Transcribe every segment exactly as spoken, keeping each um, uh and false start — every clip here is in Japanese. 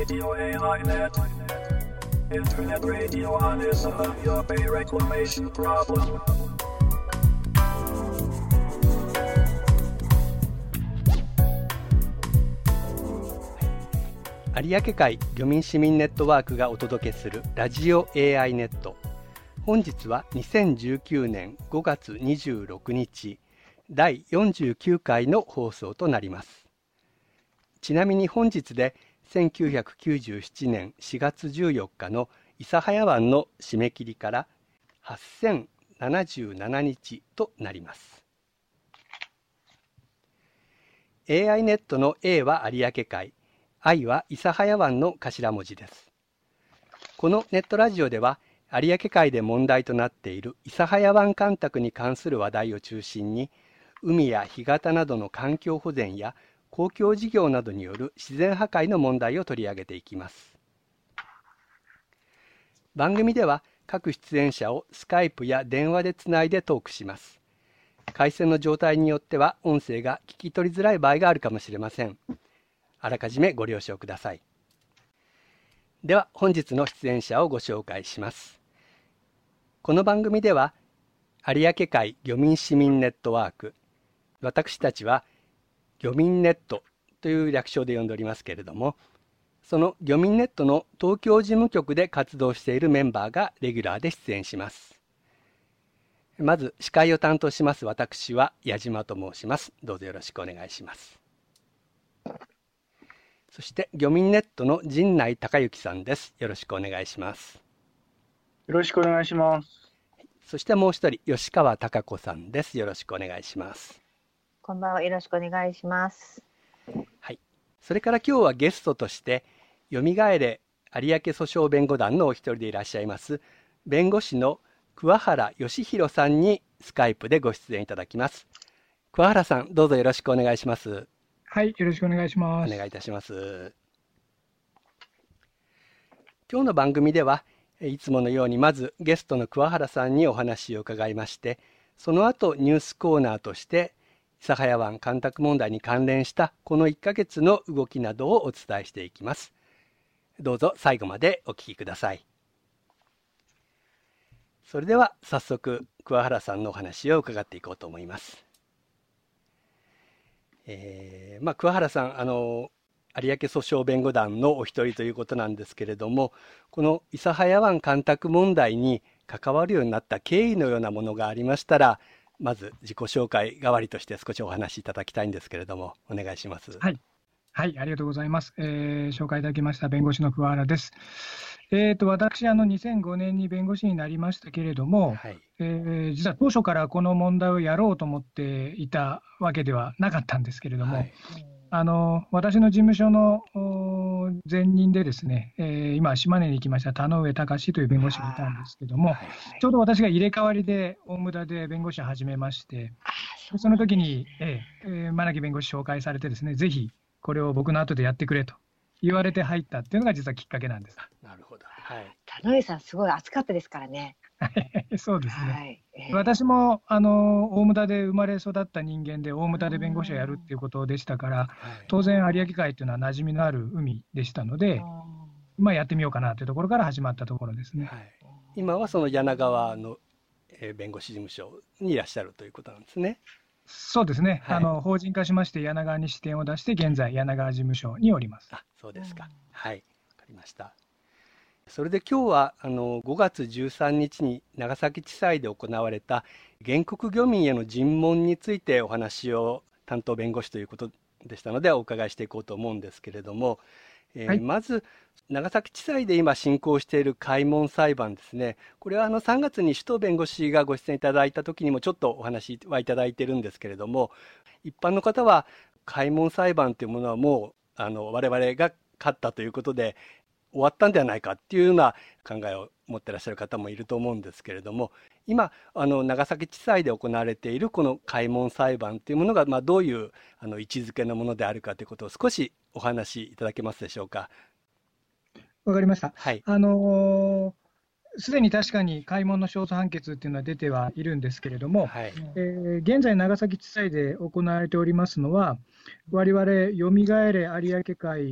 Radio エーアイ Net. Internet radio on is a your pay reclamation problem. 有明海漁民市民ネットワークがお届けするラジオ エーアイ ネット。本日はにせんじゅうきゅうねんごがつにじゅうろくにちだいよんじゅうきゅうかいの放送となります。ちなみに本日でせんきゅうひゃくきゅうじゅうななねんしがつじゅうよっかの諫早湾の締め切りからはっせんななじゅうななにちとなります。エーアイ ネットの A は有明海、I は諫早湾の頭文字です。このネットラジオでは有明海で問題となっている諫早湾干拓に関する話題を中心に、海や干潟などの環境保全や公共事業などによる自然破壊の問題を取り上げていきます。番組では各出演者をスカイプや電話でつないでトークします。回線の状態によっては音声が聞き取りづらい場合があるかもしれません。あらかじめご了承ください。では本日の出演者をご紹介します。この番組では有明海漁民市民ネットワーク、私たちは漁民ネットという略称で呼んでおりますけれども、その漁民ネットの東京事務局で活動しているメンバーがレギュラーで出演します。まず司会を担当します私は矢島と申します。どうぞよろしくお願いします。そして漁民ネットの陣内孝之さんです。よろしくお願いします。 よろしくお願いします。 そしてもう一人吉川貴子さんです。よろしくお願いします。 こんばんは、よろしくお願いします。 はい。それから今日はゲストとしてよみがえれ有明訴訟弁護団のお一人でいらっしゃいます弁護士の桑原義弘さんにスカイプでご出演いただきます。桑原さん、どうぞよろしくお願いします。 はい、よろしくお願いします。 お願いいたします。今日の番組ではいつものようにまずゲストの桑原さんにお話を伺いまして、その後ニュースコーナーとして諫早湾干拓問題に関連したこのいっかげつの動きなどをお伝えしていきます。どうぞ最後までお聞きください。それでは早速桑原さんのお話を伺っていこうと思います。えーまあ、桑原さん、あの有明訴訟弁護団のお一人ということなんですけれども、この諫早湾干拓問題に関わるようになった経緯のようなものがありましたら、まず自己紹介代わりとして少しお話しいただきたいんですけれども、お願いします。 はい、はい、ありがとうございます。えー、紹介いただきました弁護士の桑原です。えーと、私あのにせんごねんに弁護士になりましたけれども、はい、えー、実は当初からこの問題をやろうと思っていたわけではなかったんですけれども、はい、あの私の事務所の前任でですね、えー、今島根に行きました田上隆という弁護士がいたんですけども、はい、ちょうど私が入れ替わりで大牟田で弁護士を始めまして、その時に、えーえー、真木弁護士紹介されてですね、ぜひこれを僕の後でやってくれと言われて入ったっていうのが実はきっかけなんです。 なるほど、はい、 田上さんすごい熱かったですからね。 そうですね、はい、えー、私もあの大牟田で生まれ育った人間で大牟田で弁護士をやるっていうことでしたから、はい、当然有明海っていうのは馴染みのある海でしたので、まあ、やってみようかなというところから始まったところですね。はい、 今はその柳川の弁護士事務所にいらっしゃるということなんですね。 そうですね、はい、あの法人化しまして柳川に支店を出して現在柳川事務所におります。 あ、そうですか。はい、わかりました。それで今日はあのごがつじゅうさんにちに長崎地裁で行われた原告漁民への尋問についてお話を担当弁護士ということでしたのでお伺いしていこうと思うんですけれども、えーはい、まず長崎地裁で今進行している開門裁判ですね。これはあのさんがつに首藤弁護士がご出演いただいた時にもちょっとお話はいただいてるんですけれども、一般の方は開門裁判というものはもうあの我々が勝ったということで終わったんではないかっていうような考えを持ってらっしゃる方もいると思うんですけれども、今あの長崎地裁で行われているこの開門裁判というものが、まあ、どういうあの位置づけのものであるかということを少しお話しいただけますでしょうか。 わかりました。 はい、 あのすでに確かに開門の勝訴判決っていうのは出てはいるんですけれども、はい、えー、現在長崎地裁で行われておりますのは、我々よみがえれ有明海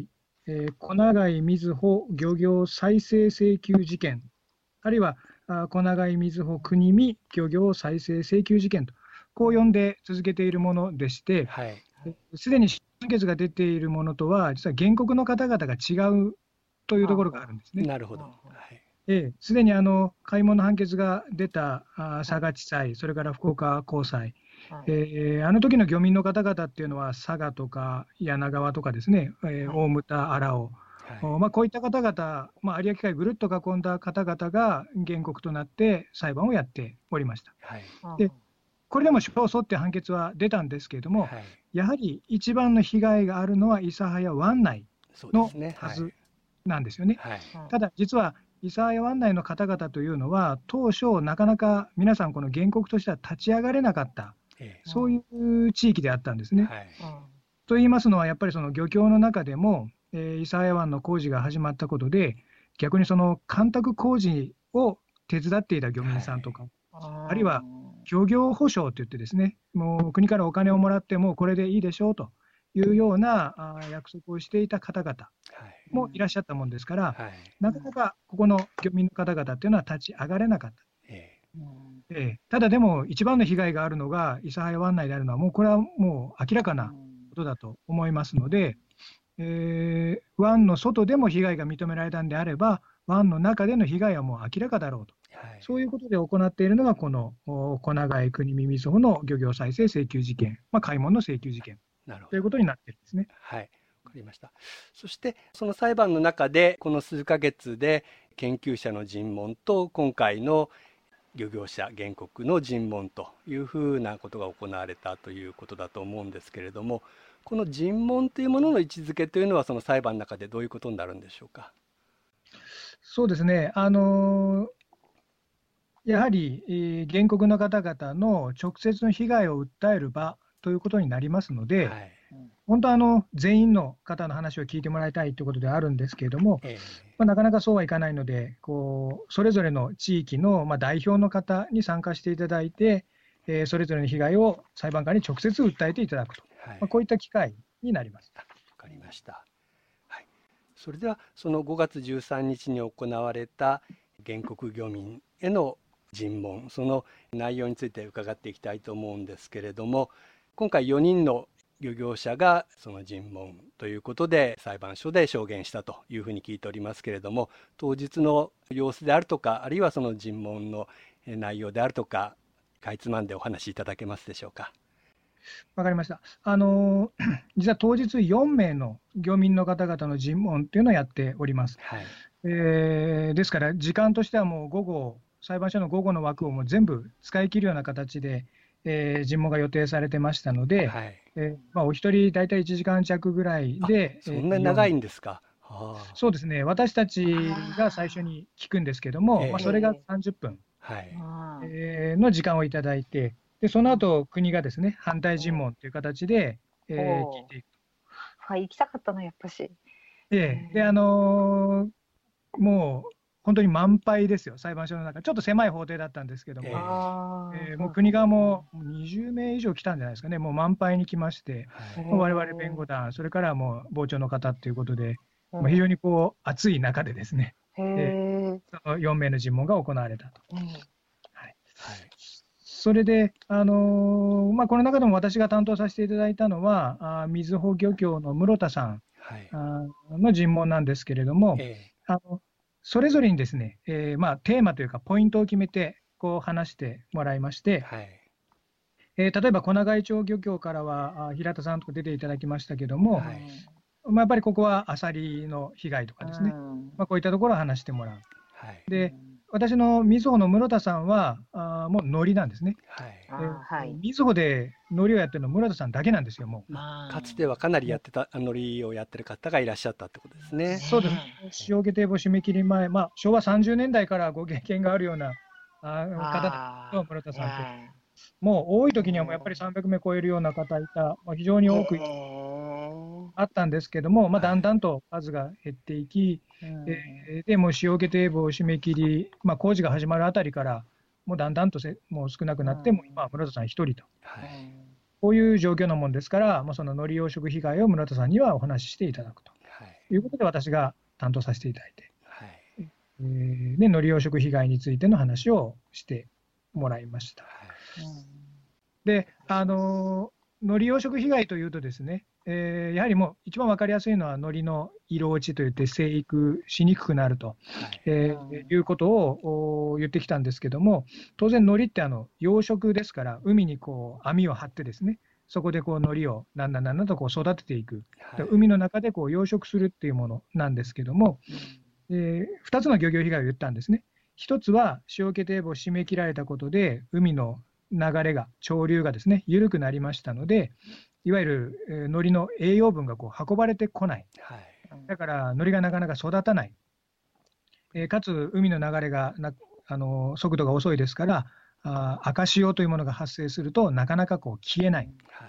えー、小長井瑞穂漁業再生請求事件、あるいはあ小長井瑞穂国見漁業再生請求事件と、こう呼んで続けているものでして、 はい、 すでに判決が出ているものとは、実は原告の方々が違うというところがあるんですね。 なるほど。 すでにあの開門の判決が出たあ佐賀地裁、それから福岡高裁、はい、えー、あの時の漁民の方々っていうのは、佐賀とか柳川とかですね、えー、大牟田、荒尾、はい、まあ、こういった方々、まあ、有明海ぐるっと囲んだ方々が原告となって裁判をやっておりました。はい、でこれでも勝訴って判決は出たんですけれども、はい、やはり一番の被害があるのは諫早湾内のはずなんですよね。はいはい、ただ、実は諫早湾内の方々というのは、当初、なかなか皆さん、この原告としては立ち上がれなかった、ええ、そういう地域であったんですね。はい、と言いますのは、やっぱりその漁協の中でも、えー、諫早湾の工事が始まったことで、逆にその干拓工事を手伝っていた漁民さんとか、はい、あるいは漁業保証といってですね、もう国からお金をもらってもこれでいいでしょうというようなあ約束をしていた方々もいらっしゃったもんですから、はい、なかなかここの漁民の方々っていうのは立ち上がれなかった。えーえー、ただでも一番の被害があるのが諫早湾内であるのは、もうこれはもう明らかなことだと思いますので、えー、湾の外でも被害が認められたんであれば、湾の中での被害はもう明らかだろうと、はい、そういうことで行っているのがこの小長井国見瑞穂の漁業再生請求事件、まあ、開門の請求事件ということになっているんですね。 はい、わかりました。そしてその裁判の中でこの数ヶ月で研究者の尋問と今回の漁業者原告の尋問というふうなことが行われたということだと思うんですけれども、この尋問というものの位置づけというのはその裁判の中でどういうことになるんでしょうか。 そうですね、あのやはり、えー、原告の方々の直接の被害を訴える場ということになりますので、はい、本当はあの全員の方の話を聞いてもらいたいということであるんですけれども、えーまあ、なかなかそうはいかないので、こうそれぞれの地域の、まあ、代表の方に参加していただいて、えー、それぞれの被害を裁判官に直接訴えていただくと、はい、まあ、こういった機会になります。 わかりました。はい、それではそのごがつじゅうさんにちに行われた原告漁民への尋問、その内容について伺っていきたいと思うんですけれども、今回よにんの漁業者がその尋問ということで裁判所で証言したというふうに聞いておりますけれども、当日の様子であるとか、あるいはその尋問の内容であるとか、かいつまんでお話しいただけますでしょうか。 わかりました。あの実は当日よんめいの漁民の方々の尋問というのをやっております。はい、えー、ですから時間としてはもう午後、裁判所の午後の枠をもう全部使い切るような形で、えー、尋問が予定されてましたので、はい、えーまあ、お一人大体いちじかんちゃくぐらいで。 そんなに長いんですか。 はあ、そうですね、私たちが最初に聞くんですけども、えーまあ、それがさんじゅっぷん、はいえー、の時間をいただいて、でその後国がですね反対尋問という形で、えー、聞いていく。 はい、行きたかったな、やっぱし。 えー、であのー、もう本当に満杯ですよ、裁判所の中、ちょっと狭い法廷だったんですけども、えーえー、もう国側もにじゅうめい以上来たんじゃないですかね、もう満杯に来まして、われわれ弁護団、それからもう傍聴の方ということで、もう非常にこう熱い中でですね、えー、そのよんめいの尋問が行われたと。はいはい、それで、あのーまあ、この中でも私が担当させていただいたのは、瑞穂漁協の室田さんの尋問なんですけれども、えー、あのそれぞれにですね、えーまあ、テーマというかポイントを決めてこう話してもらいまして、はいえー、例えば小長井町漁協からは平田さんとか出ていただきましたけども、はいまあ、やっぱりここはアサリの被害とかですね、まあ、こういったところを話してもらう。はい、で私の瑞穂の室田さんはあもう海苔なんですね。はい瑞穂で海苔をやってるのは室田さんだけなんですよ。もうかつてはかなりやってた海苔をやってる方がいらっしゃったってことですね。 そうです。塩気堤防締め切り前、まあ、しょうわさんじゅうねんだいからご経験があるようなあ方と室田さんと、もう多い時にはもうやっぱりさんびゃくめい超えるような方いた、まあ、非常に多くあったんですけども、まあ、だんだんと数が減っていき、えー、でもう塩気堤防締め切り、まあ、工事が始まるあたりからもうだんだんとせもう少なくなって、もう今は室田さん一人と、はい、こういう状況のもんですから、もうその海苔養殖被害を室田さんにはお話ししていただくと。はいいうことで私が担当させていただいて、 はい、 えー、で、海苔養殖被害についての話をしてもらいました。はい、で、あのー、海苔養殖被害というとですね、えー、やはりもう一番分かりやすいのは海苔の色落ちといって生育しにくくなると、はい、えー、いうことを言ってきたんですけども、当然海苔ってあの養殖ですから、海にこう網を張ってですね、そこでこう海苔をだんだんだんだんとこう育てていく、はい、海の中でこう養殖するっていうものなんですけども、うん、えー、ふたつの漁業被害を言ったんですね。一つは潮気堤防を締め切られたことで、海の流れが、潮流がですね、緩くなりましたので、いわゆる、えー、海苔の栄養分がこう運ばれてこない、はい、だから海苔がなかなか育たない、えー、かつ海の流れがなあの速度が遅いですから、あ赤潮というものが発生するとなかなかこう消えない、はい、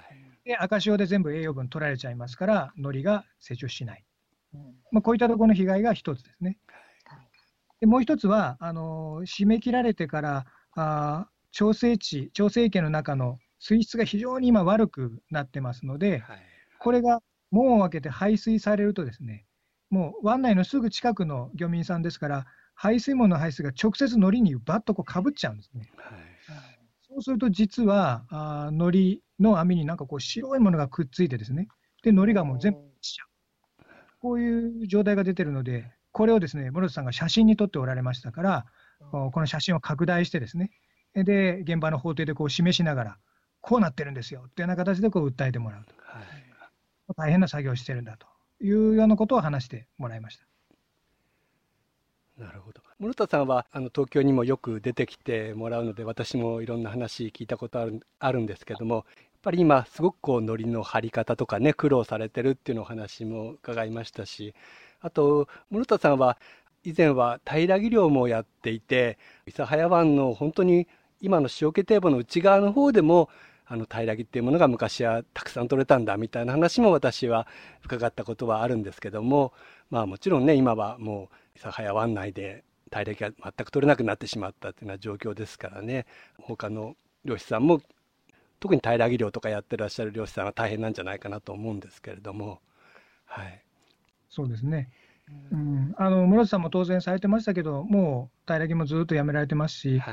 で赤潮で全部栄養分取られちゃいますから海苔が成長しない、うん、まあ、こういったところの被害が一つですね。でもう一つはあの締め切られてからあ調整池調整池の中の水質が非常に今悪くなってますので、はい、これが門を開けて排水されるとですね、もう湾内のすぐ近くの漁民さんですから排水門の排水が直接海苔にバッとこうかぶっちゃうんですね。はい、そうすると実はあ海苔の網になんかこう白いものがくっついてですね、で海苔がもう全部落ちちゃう、こういう状態が出てるので、これをですね室戸さんが写真に撮っておられましたから、この写真を拡大してですね、で現場の法廷でこう示しながらこうなってるんですよというような形でこう訴えてもらうと、はい、大変な作業をしてるんだというようなことを話してもらいました。 なるほど。室田さんはあの東京にもよく出てきてもらうので、私もいろんな話聞いたことある、あるんですけども、やっぱり今すごくこう海苔の張り方とかね苦労されてるっていうのお話も伺いましたし、あと室田さんは以前は平木漁もやっていて、諫早湾の本当に今の潮気堤防の内側の方でもあの平木っていうものが昔はたくさん取れたんだみたいな話も私は伺ったことはあるんですけども、まあもちろんね今はもう諫早湾内で平木が全く取れなくなってしまったっていうような状況ですからね、他の漁師さんも特に平木漁とかやってらっしゃる漁師さんは大変なんじゃないかなと思うんですけれども、はい、 そうですね。うん、あの室津さんも当然されてましたけど、もう平木もずっとやめられてますし、はい、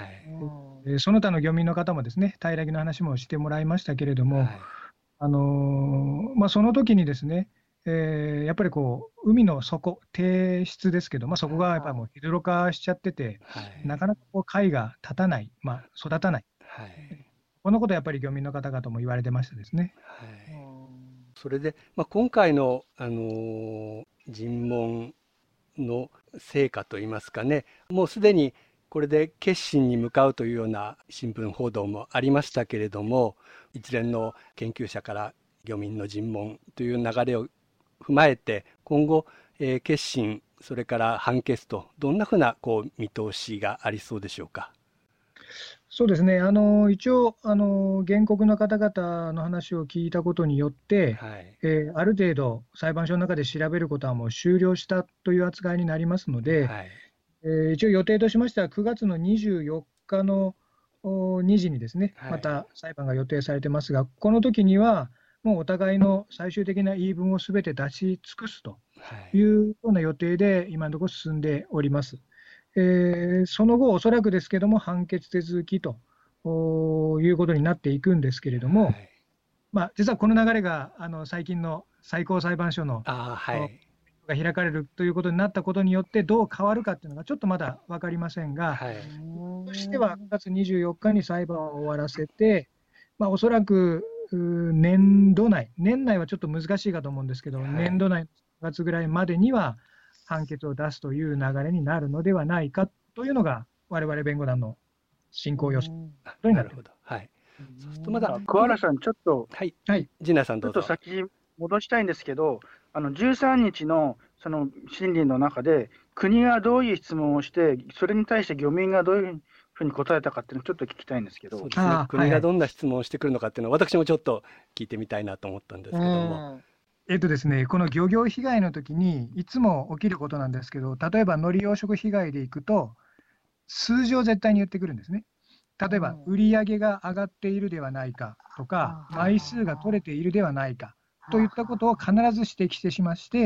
その他の漁民の方もですね平木の話もしてもらいましたけれども、はい、あのまあ、その時にですね、えー、やっぱりこう海の底底質ですけど、まあ、そこがやっぱりもうヒドロ化しちゃってて、はい、なかなかこう貝が立たない、まあ、育たない、はい、このことはやっぱり漁民の方々も言われてましたですね。はい、 それで、まあ、今回の、あのー尋問の成果といいますかね、もうすでにこれで決心に向かうというような新聞報道もありましたけれども、一連の研究者から漁民の尋問という流れを踏まえて今後、えー、決心それから判決とどんなふうなこう見通しがありそうでしょうか。 そうですね、あの一応あの、原告の方々の話を聞いたことによって、はい、えー、ある程度、裁判所の中で調べることはもう終了したという扱いになりますので、はい、えー、一応予定としましては、くがつのにじゅうよっかのにじにですね、また裁判が予定されてますが、この時には、もうお互いの最終的な言い分をすべて出し尽くすというような予定で、今のところ進んでおります。えー、その後、おそらくですけれども、判決手続きということになっていくんですけれども、はい、まあ、実はこの流れがあの最近の最高裁判所の、はい、が開かれるということになったことによって、どう変わるかというのがちょっとまだ分かりませんが、はい、としてはくがつにじゅうよっかに裁判を終わらせて、まあ、おそらく年度内、年内はちょっと難しいかと思うんですけど、はい、年度内のくがつぐらいまでには、判決を出すという流れになるのではないかというのが、我々弁護団の進行予測とになっています。 はい。そうするとまだ桑原さん、ちょっと、 はい、はい、陣内さんどうぞ。 ちょっと先戻したいんですけど、あのじゅうさんにちのその審理の中で、国がどういう質問をして、それに対して漁民がどういうふうに答えたかっていうのをちょっと聞きたいんですけど。 そうですね、国がどんな質問をしてくるのかっていうのは、私もちょっと聞いてみたいなと思ったんですけども。 えっとですね、この漁業被害の時にいつも起きることなんですけど、例えば海苔養殖被害でいくと、数字を絶対に言ってくるんですね。例えば、売上が上がっているではないかとか、枚数が取れているではないかといったことを必ず指摘してしまして、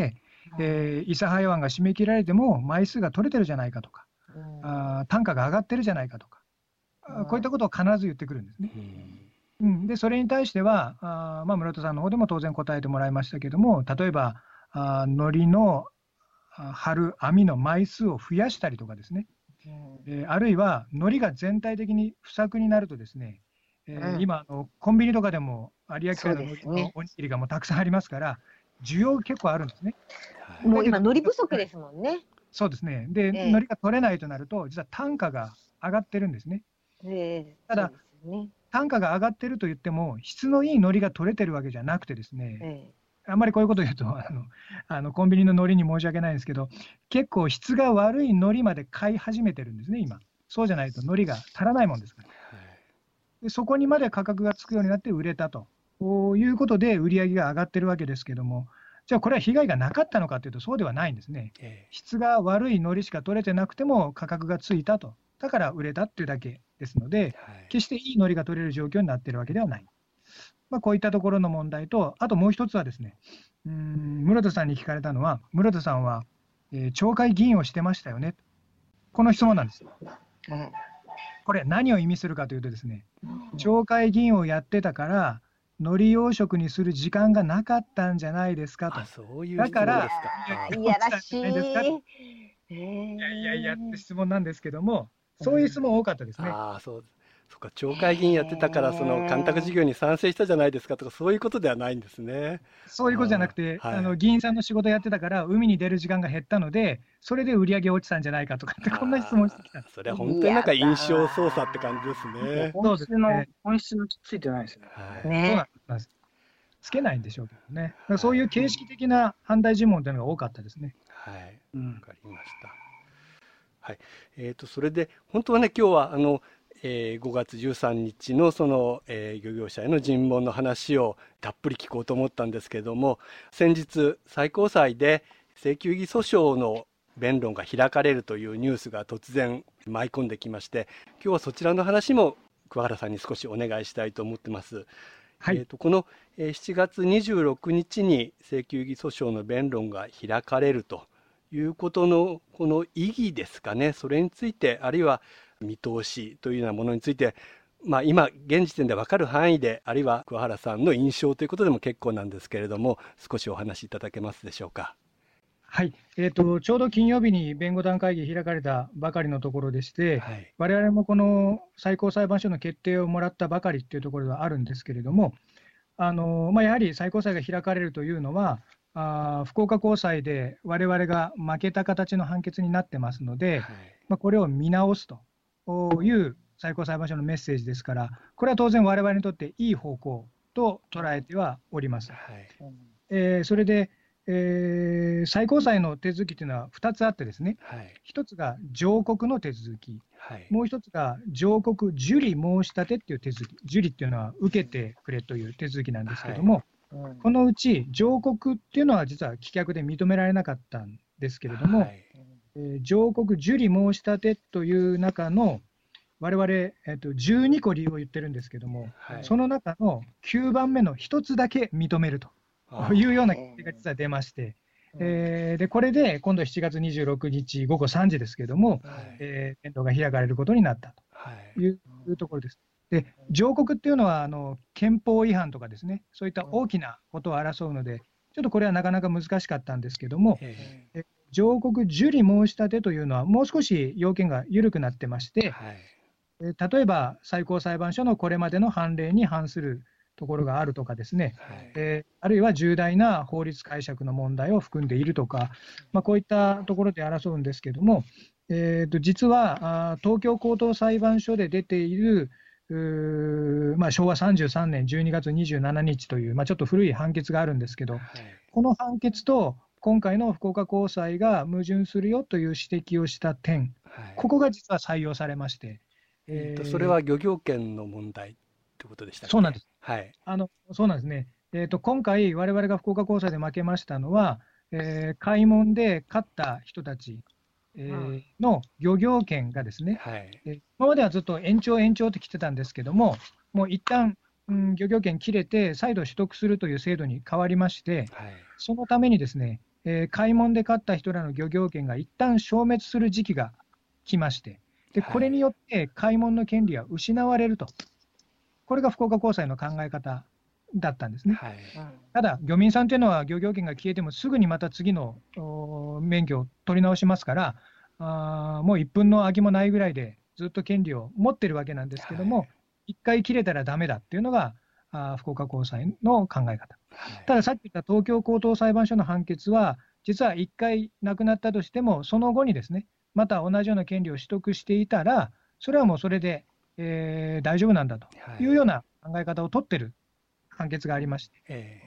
えー、諫早湾が締め切られても枚数が取れてるじゃないかとか、うん、あ単価が上がってるじゃないかとか、うん、こういったことを必ず言ってくるんですね。うん、でそれに対してはあ、まあ、室戸さんの方でも当然答えてもらいましたけども、例えばあ海苔の張る網の枚数を増やしたりとかですね、うんえー、あるいは海苔が全体的に不作になるとですね、えーうん、今あのコンビニとかでも有明海の海苔のおにぎりがもうたくさんありますから需要結構あるんですね。 もう今海苔不足ですもんね。 そうですね。で、えー、海苔が取れないとなると実は単価が上がってるんですね。 えー、 ただ、ね、単価が上がってると言っても質のいい海苔が取れてるわけじゃなくてですね、えーあんまりこういうことを言うとあのあのコンビニの海苔に申し訳ないんですけど、結構質が悪い海苔まで買い始めてるんですね、今。そうじゃないと海苔が足らないもんですから。でそこにまで価格がつくようになって売れたということで、売り上げが上がってるわけですけども、じゃあこれは被害がなかったのかというと、そうではないんですね。質が悪い海苔しか取れてなくても価格がついたと、だから売れたっていうだけですので、決していい海苔が取れる状況になっているわけではない。まあ、こういったところの問題と、あともう一つはですね、うーん室戸さんに聞かれたのは、室戸さんは、えー、町会議員をしてましたよね、この質問なんです。これ、何を意味するかというとですね、町会議員をやってたから、海苔養殖にする時間がなかったんじゃないですかと。 あ、そういうだから、 いやらしい。いやいやいやって質問なんですけども、そういう質問多かったですね。 ああ、そうです。そうか、町会議員やってたからその干拓事業に賛成したじゃないですかとか、そういうことではないんですね。 そういうことじゃなくて、あ、はい、あの議員さんの仕事やってたから海に出る時間が減ったので、それで売り上げ落ちたんじゃないかとかってこんな質問してきた。 それは本当になんか印象操作って感じですね。 本質の、ね、本質のついてないですよね。 はい、ね、そうなんです。つけないんでしょうけどね。そういう形式的な反対尋問というのが多かったですね。 はい、わ、うん、かりました。はい、えーとそれで本当はね、今日はあのえー、ごがつじゅうさんにちのその、えー、漁業者への尋問の話をたっぷり聞こうと思ったんですけれども、先日最高裁で請求異議訴訟の弁論が開かれるというニュースが突然舞い込んできまして、今日はそちらの話も桑原さんに少しお願いしたいと思ってます。はい、えーとこのしちがつにじゅうろくにちに請求異議訴訟の弁論が開かれるということのこの意義ですかね、それについて、あるいは見通しというようなものについて、まあ、今現時点で分かる範囲で、あるいは桑原さんの印象ということでも結構なんですけれども、少しお話しいただけますでしょうか。 はい、えーと、ちょうど金曜日に弁護団会議開かれたばかりのところでして、はい、我々もこの最高裁判所の決定をもらったばかりというところがあるんですけれども、あの、まあ、やはり最高裁が開かれるというのは、あ福岡高裁で我々が負けた形の判決になってますので、はい、まあ、これを見直すという最高裁判所のメッセージですから、これは当然我々にとっていい方向と捉えてはおります。はい、えー、それで、えー、最高裁の手続きというのはふたつあってですね、はい、ひとつが上告の手続き、はい、もうひとつが上告受理申し立てという手続き、受理っていうのは受けてくれという手続きなんですけれども、はい、このうち上告っていうのは実は棄却で認められなかったんですけれども、はい、えー、上告受理申し立てという中の我々、えー、とじゅうにこ理由を言ってるんですけども、はい、その中のきゅうばんめのひとつだけ認めるというような決定が実は出まして、えー、でこれで今度しちがつにじゅうろくにちごごさんじですけれども、はい、えー、検討が開かれることになったという、はい、ところです。で上告っていうのはあの憲法違反とかですね、そういった大きなことを争うので、ちょっとこれはなかなか難しかったんですけども、えー、上告受理申し立てというのはもう少し要件が緩くなってまして、はい、えー、例えば最高裁判所のこれまでの判例に反するところがあるとかですね、はい、えー、あるいは重大な法律解釈の問題を含んでいるとか、まあ、こういったところで争うんですけれども、えー、と実はあ東京高等裁判所で出ているまあ、しょうわさんじゅうさんねんじゅうにがつにじゅうしちにちという、まあ、ちょっと古い判決があるんですけど、はい、この判決と今回の福岡高裁が矛盾するよという指摘をした点、はい、ここが実は採用されまして、 えーとそれは漁業権の問題ということでしたっけ。 そうなんです、 はい、 あのそうなんですね。えー、と今回、我々が福岡高裁で負けましたのは、えー、開門で勝った人たちえー、の漁業権がですね、はい、え今まではずっと延長延長って来てたんですけども、もう一旦、うん、漁業権切れて再度取得するという制度に変わりまして、はい、そのためにですね、 えー、開門で勝った人らの漁業権が一旦消滅する時期が来まして、でこれによって開門の権利は失われると、これが福岡高裁の考え方だったんですね。はい、ただ、漁民さんというのは漁業権が消えてもすぐにまた次の免許を取り直しますから、あもういっぷんの空きもないぐらいでずっと権利を持ってるわけなんですけども、いっかい切れたらダメだっていうのがあ福岡高裁の考え方。たださっき言った東京高等裁判所の判決は、実はいっかい亡くなったとしても、その後にですね、また同じような権利を取得していたら、それはもうそれで、えー、大丈夫なんだというような考え方を取ってる判決がありまして、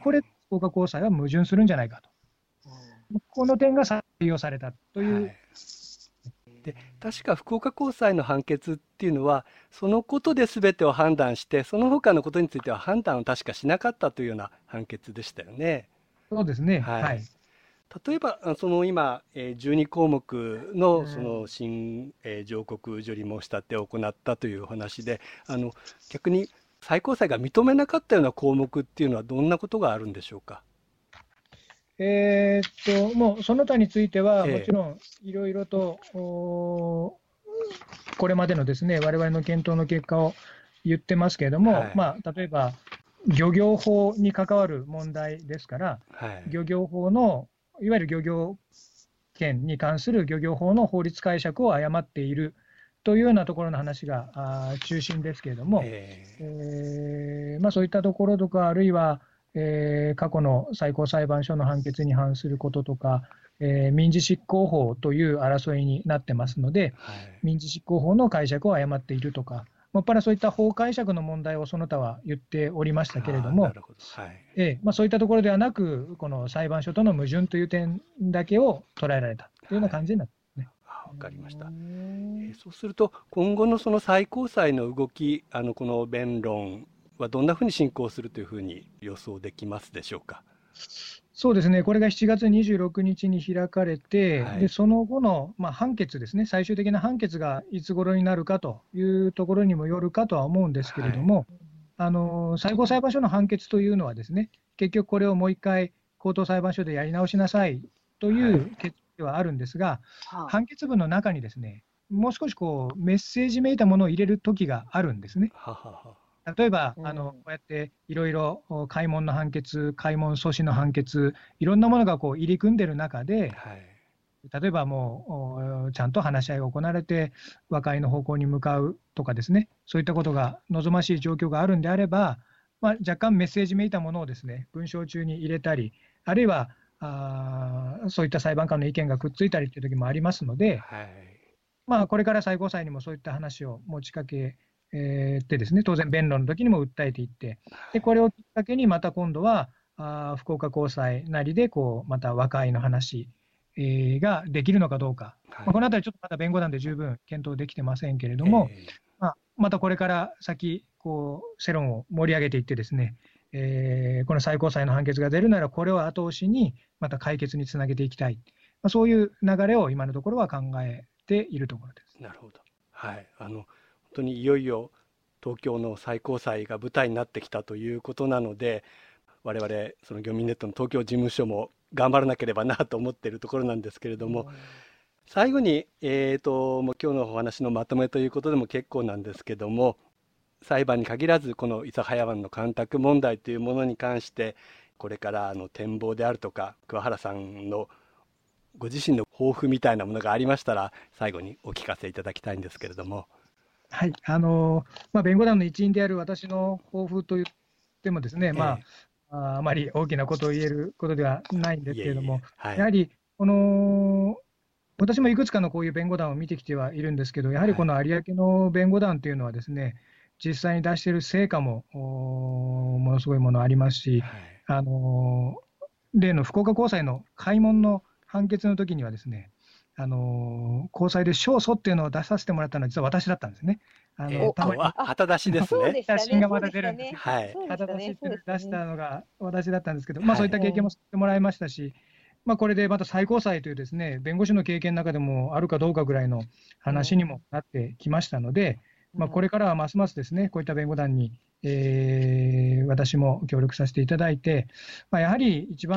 これ、福岡高裁は矛盾するんじゃないかと、この点が採用されたという。はい、 で確か福岡高裁の判決っていうのは、そのことで全てを判断して、その他のことについては判断を確かしなかったというような判決でしたよね。 そうですね、はいはい、 例えばその今じゅうにこうもくのその新上告受理申し立てを行ったというお話で、あの逆に最高裁が認めなかったような項目っていうのはどんなことがあるんでしょうか。 えー、っともうその他については、もちろんいろいろと、えー、これまでのですね、我々の検討の結果を言ってますけれども、はい、まあ、例えば漁業法に関わる問題ですから、はい、漁業法のいわゆる漁業権に関する漁業法の法律解釈を誤っているというようなところの話があ中心ですけれども、えーえーまあ、そういったところとか、あるいは、えー、過去の最高裁判所の判決に反することとか、えー、民事執行法という争いになってますので、はい、民事執行法の解釈を誤っているとか、もっぱらそういった法解釈の問題をその他は言っておりましたけれども、ど、はいえーまあ、そういったところではなく、この裁判所との矛盾という点だけを捉えられたというような感じになってますね。 はい、分かりました。えー、そうすると、今後のその最高裁の動き、あのこの弁論はどんなふうに進行するというふうに予想できますでしょうか。 そうですね、これがしちがつにじゅうろくにちに開かれて、はい、でその後の、まあ、判決ですね、最終的な判決がいつ頃になるかというところにもよるかとは思うんですけれども、はい、あの最高裁判所の判決というのはですね、結局これをもう一回高等裁判所でやり直しなさいという決定ではあるんですが、はい、判決文の中にですね、もう少しこうメッセージめいたものを入れる時があるんですね。ははは例えば、あのこうやっていろいろ開門の判決、開門阻止の判決、いろんなものがこう入り組んでる中で、はい、例えばもうちゃんと話し合いが行われて、和解の方向に向かうとかですね、そういったことが望ましい状況があるんであれば、まあ、若干メッセージめいたものをですね、文章中に入れたり、あるいはあそういった裁判官の意見がくっついたりという時もありますので、はい、まあ、これから最高裁にもそういった話を持ちかけえー、でですね、当然、弁論の時にも訴えていって、でこれをきっかけに、また今度はあ福岡高裁なりでこう、また和解の話、えー、ができるのかどうか、はいまあ、このあたり、ちょっとまだ弁護団で十分検討できてませんけれども、えーまあ、またこれから先こう、世論を盛り上げていってですね、えー、この最高裁の判決が出るなら、これを後押しに、また解決につなげていきたい、まあ、そういう流れを今のところは考えているところです。 なるほど、はい、あの本当にいよいよ東京の最高裁が舞台になってきたということなので、我々その漁民ネットの東京事務所も頑張らなければなと思っているところなんですけれども、うん、最後に、えーと、もう今日のお話のまとめということでも結構なんですけども、裁判に限らずこの諫早湾の干拓問題というものに関して、これからの展望であるとか、桑原さんのご自身の抱負みたいなものがありましたら、最後にお聞かせいただきたいんですけれども。 はいあのまあ、弁護団の一員である私の抱負といってもですね、ええまあ、あまり大きなことを言えることではないんですけれども、いえいえ、はい、やはりこの私もいくつかのこういう弁護団を見てきてはいるんですけど、やはりこの有明の弁護団というのはですね、実際に出している成果もものすごいものありますし、はい、あの例の福岡高裁の開門の判決の時にはですね、あの高裁で勝訴っていうのを出させてもらったのは実は私だったんですね。 あのたまに旗出しですね。 写真がまだ出るんです。はい。旗出しって出したのが私だったんですけど、まあそういった経験もしてもらいましたし、まあこれでまた最高裁というですね、弁護士の経験の中でもあるかどうかぐらいの話にもなってきましたので、まあこれからはますますですね、こういった弁護団に、えー、私も協力させていただいて、まあ、やはり一番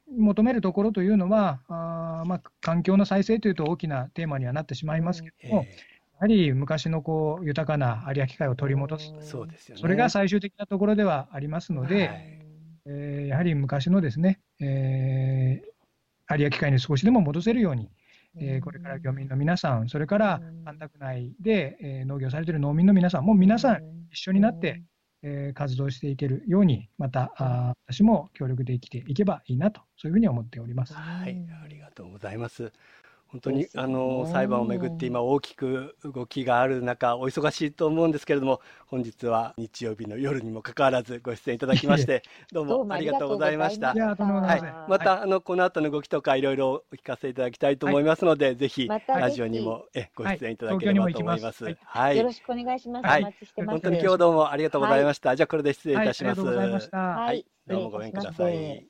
求めるところというのは、あまあ、環境の再生というと大きなテーマにはなってしまいますけれども、えー、やはり昔のこう豊かな有明海を取り戻す、 そうですよね、 それが最終的なところではありますので、はい、えー、やはり昔のですね、えー、有明海に少しでも戻せるように、えー、これから漁民の皆さん、それから干拓内で、えー、農業されている農民の皆さんも皆さん一緒になって、えー、活動していけるように、またあ私も協力できていけばいいなと、そういうふうに思っております。 はい、ありがとうございます。本当にあの裁判をめぐって今大きく動きがある中、お忙しいと思うんですけれども、本日は日曜日の夜にもかかわらずご出演いただきましてどうもありがとうございました。はい、またあのこの後の動きとかいろいろお聞かせいただきたいと思いますので、はい、ぜひラジオにもえご出演いただければと思います。 はい、よろしくお願いします。 はい、 お待ちしてます。 本当に今日どうもありがとうございました。はい、じゃあこれで失礼いたします。 はい、ありがとうございました。 はい、どうもごめんください。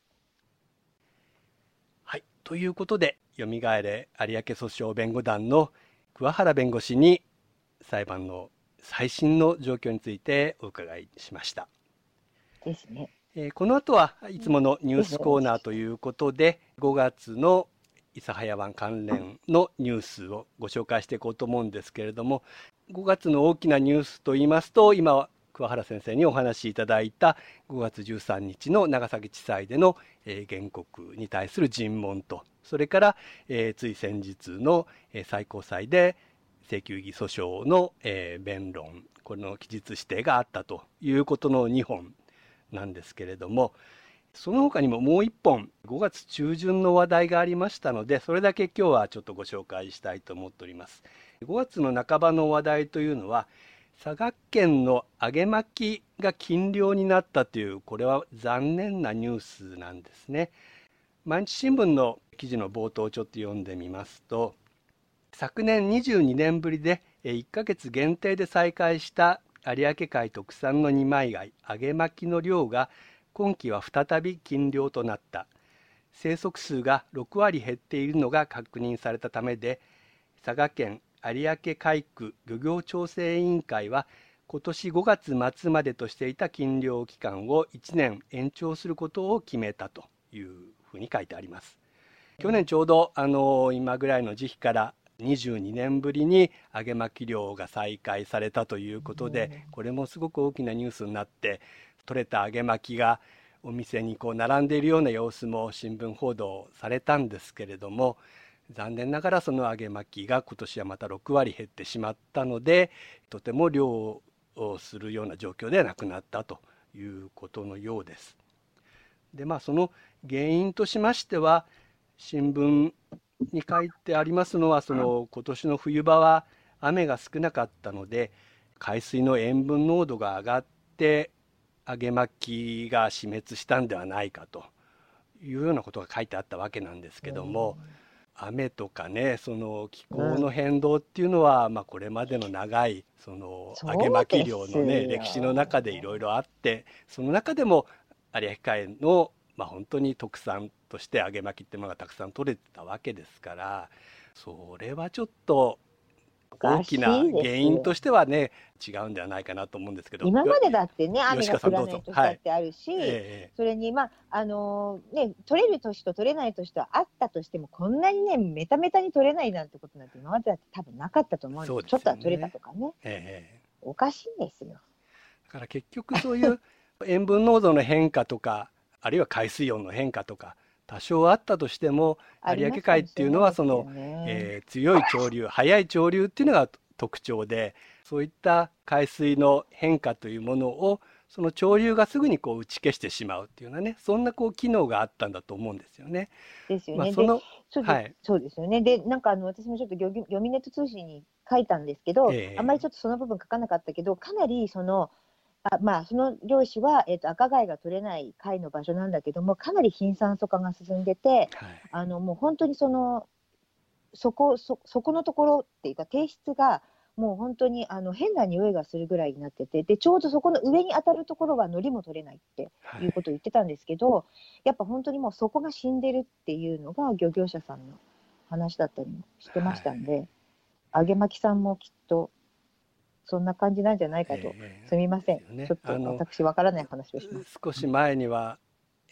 はい、ということで、よみがえれ有明訴訟弁護団の桑原弁護士に裁判の最新の状況についてお伺いしました。 ですね。 えー、この後はいつものニュースコーナーということで、ごがつの諫早湾関連のニュースをご紹介していこうと思うんですけれども、ごがつの大きなニュースといいますと、今桑原先生にお話しいただいたごがつじゅうさんにちの長崎地裁での、えー、原告に対する尋問と、それから、えー、つい先日の、えー、最高裁で請求異議訴訟の、えー、弁論、この期日指定があったということのにほんなんですけれども、その他にももういっぽんごがつちゅうじゅんの話題がありましたので、それだけ今日はちょっとご紹介したいと思っております。ごがつの半ばの話題というのは、佐賀県の揚げ巻きが禁漁になったという、これは残念なニュースなんですね。毎日新聞の記事の冒頭をちょっと読んでみますと、昨年にじゅうにねんぶりでいっかげつ限定で再開した有明海特産の二枚貝揚げ巻きの量が今期は再び禁漁となった。生息数がろくわり減っているのが確認されたためで、佐賀県有明海区漁業調整委員会は今年ごがつまつまでとしていた禁漁期間をいちねん延長することを決めたというふうに書いてあります。去年ちょうどあの今ぐらいの時期からにじゅうにねんぶりに揚げ巻き漁が再開されたということで、これもすごく大きなニュースになって、取れた揚げ巻きがお店にこう並んでいるような様子も新聞報道されたんですけれども、残念ながらその揚げ巻きが今年はまたろくわり減ってしまったので、とても漁をするような状況ではなくなったということのようです。でまあその原因としましては、新聞に書いてありますのは、その今年の冬場は雨が少なかったので海水の塩分濃度が上がって揚げ巻きが死滅したんではないかというようなことが書いてあったわけなんですけども、雨とかね、その気候の変動っていうのは、まあこれまでの長いその揚げ巻き漁のね歴史の中でいろいろあって、その中でも有明海のまあ本当に特産として揚げ巻きっていうものがたくさん取れてたわけですから、それはちょっと大きな原因としてはね違うんではないかなと思うんですけど、 今までだってね雨が降らない年だってあるし、 はいえー、 それにまああのー、ね取れる年と取れない年とあったとしても、こんなにねメタメタに取れないなんてことなんて今までだって多分なかったと思うんです。ちょっとは取れたとかね、えー、おかしいんですよ。 だから結局そういう塩分濃度の変化とかあるいは海水温の変化とか多少あったとしても、有明海っていうのはその、えー、強い潮流、速い潮流っていうのが特徴で、そういった海水の変化というものをその潮流がすぐにこう打ち消してしまうっていうようなね、そんなこう機能があったんだと思うんですよね。 ですよね。まあ、そのそうで、はい、そうですよね。でなんかあの私もちょっと読みネット通信に書いたんですけど、えー、あんまりちょっとその部分書かなかったけど、かなりそのあまあ、その漁師は、えーと、赤貝が取れない貝の場所なんだけども、かなり貧酸素化が進んでて、はい、あのもう本当にそのそこ、そ、そこのところっていうか低質がもう本当にあの変な匂いがするぐらいになってて、でちょうどそこの上に当たるところは海苔も取れないっていうことを言ってたんですけど、はい、やっぱ本当にもうそこが死んでるっていうのが漁業者さんの話だったりもしてましたんで、はい、揚げ巻さんもきっとそんな感じなんじゃないかと、えー、すみません、ね、ちょっと私わからない話をします。 少し前には、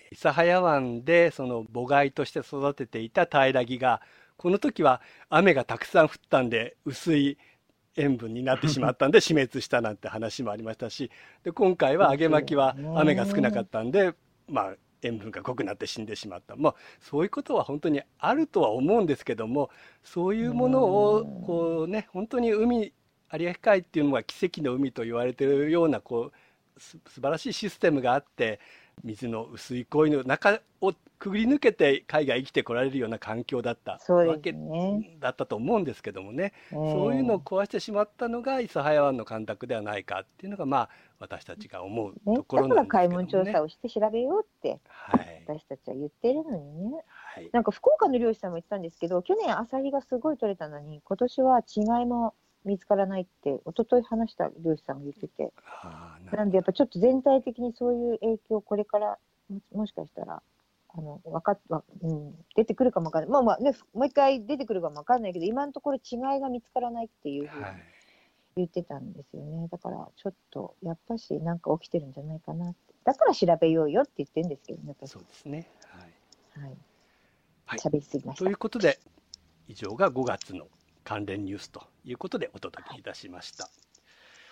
諫早湾でその母貝として育てていた平木が、この時は雨がたくさん降ったんで薄い塩分になってしまったんで死滅したなんて話もありましたし、で今回は揚げ巻きは雨が少なかったんで、まあ塩分が濃くなって死んでしまった。まあそういうことは本当にあるとは思うんですけども、そういうものをこうね、本当に海、有明海っていうのが奇跡の海と言われているようなこうす素晴らしいシステムがあって、水の薄い氷の中をくぐり抜けて海が生きてこられるような環境だったわけだったと思うんですけどもね、そういうのを壊してしまったのが諫早湾の干拓ではないかっていうのが、まあ私たちが思うところなんですけどね。だから海門調査をして調べようって、はい、私たちは言ってるのにね、はい、なんか福岡の漁師さんも言ってたんですけど、去年アサリがすごい取れたのに今年は違いも見つからないって一昨日話した漁師さんが言ってて、なんでやっぱちょっと全体的にそういう影響これからも、もしかしたらあのわかっわ、うん、出てくるかもわかんない、まあまあね、もう一回出てくるかもわかんないけど、今のところ違いが見つからないっていうふうに言ってたんですよね。だからちょっとやっぱしなんか起きてるんじゃないかなって、だから調べようよって言ってるんですけどね。 そうですね、はい、 はい、喋りすぎました。 ということで以上がごがつの関連ニュースということでお届けいたしました。はい、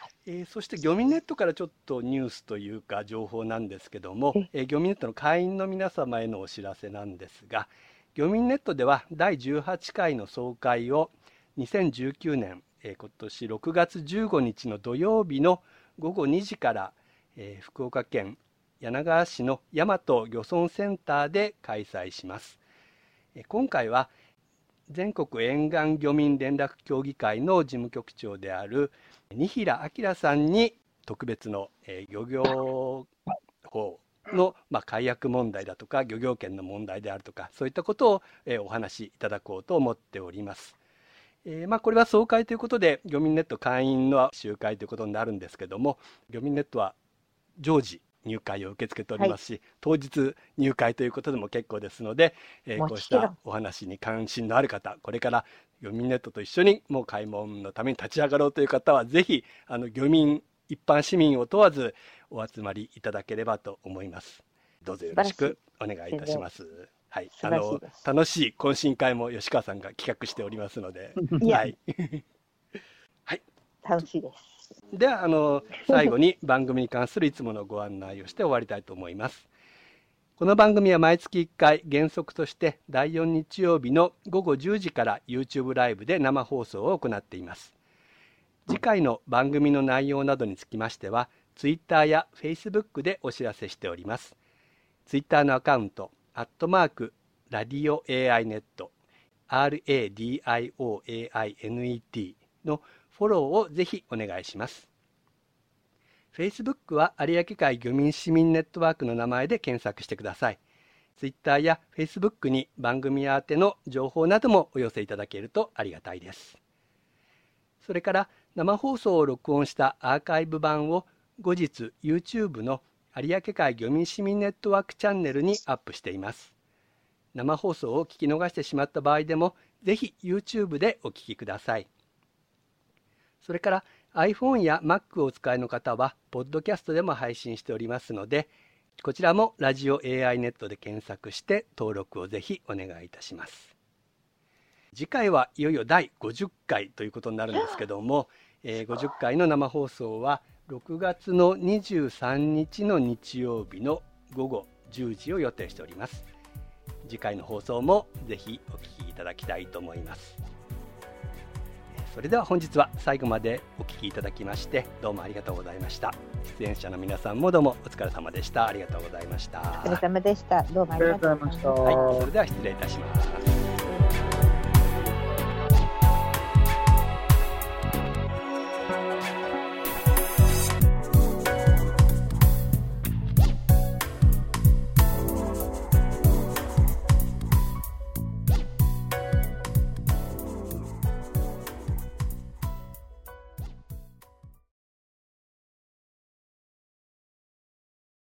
えー、そして漁民ネットからちょっとニュースというか情報なんですけども、えー、漁民ネットの会員の皆様へのお知らせなんですが、漁民ネットではだいじゅうはちかいの総会をにせんじゅうきゅうねん、えー、今年ろくがつじゅうごにちの土曜日のごごにじから、えー、福岡県柳川市の大和漁村センターで開催します。えー、今回は全国沿岸漁民連絡協議会の事務局長である二平明さんに特別の漁業法のまあ解約問題だとか漁業権の問題であるとか、そういったことをお話しいただこうと思っております。えー、まあこれは総会ということで漁民ネット会員の集会ということになるんですけども、漁民ネットは常時入会を受け付けておりますし、はい、当日入会ということでも結構ですので、えー、こうしたお話に関心のある方、これから漁民ネットと一緒にもう開門のために立ち上がろうという方はぜひあの漁民一般市民を問わずお集まりいただければと思います。どうぞよろしくお願いいたします。はい、あの楽しい懇親会も吉川さんが企画しておりますので、はい、はい、 楽しいです。 ではあの最後に番組に関するいつものご案内をして終わりたいと思います。この番組は毎月いっかい原則としてだいよん日曜日のごごじゅうじから YouTube ライブで生放送を行っています。次回の番組の内容などにつきましては Twitter や Facebook でお知らせしております。Twitter のアカウントアットマークラディオ エーアイ ネット アール エー ディー アイ オー エー アイ エヌ イー ティー のフォローをぜひお願いします。Facebook は有明海漁民市民ネットワークの名前で検索してください。Twitter や Facebook に番組宛ての情報などもお寄せいただけるとありがたいです。それから生放送を録音したアーカイブ版を後日 YouTube の有明海漁民市民ネットワークチャンネルにアップしています。生放送を聞き逃してしまった場合でもぜひ YouTube でお聞きください。それから iPhone や Mac をお使いの方はポッドキャストでも配信しておりますので、こちらもラジオ エーアイ ネットで検索して登録をぜひお願いいたします。次回はいよいよだいごじゅっかいということになるんですけども、えー、ごじゅっかいの生放送はろくがつのにじゅうさんにちの日曜日のごごじゅうじを予定しております。次回の放送もぜひお聞きいただきたいと思います。それでは本日は最後までお聞きいただきましてどうもありがとうございました。出演者の皆さんもどうもお疲れ様でした。ありがとうございました。 お疲れ様でした。どうもありがとうございました。 はい、それでは失礼いたします。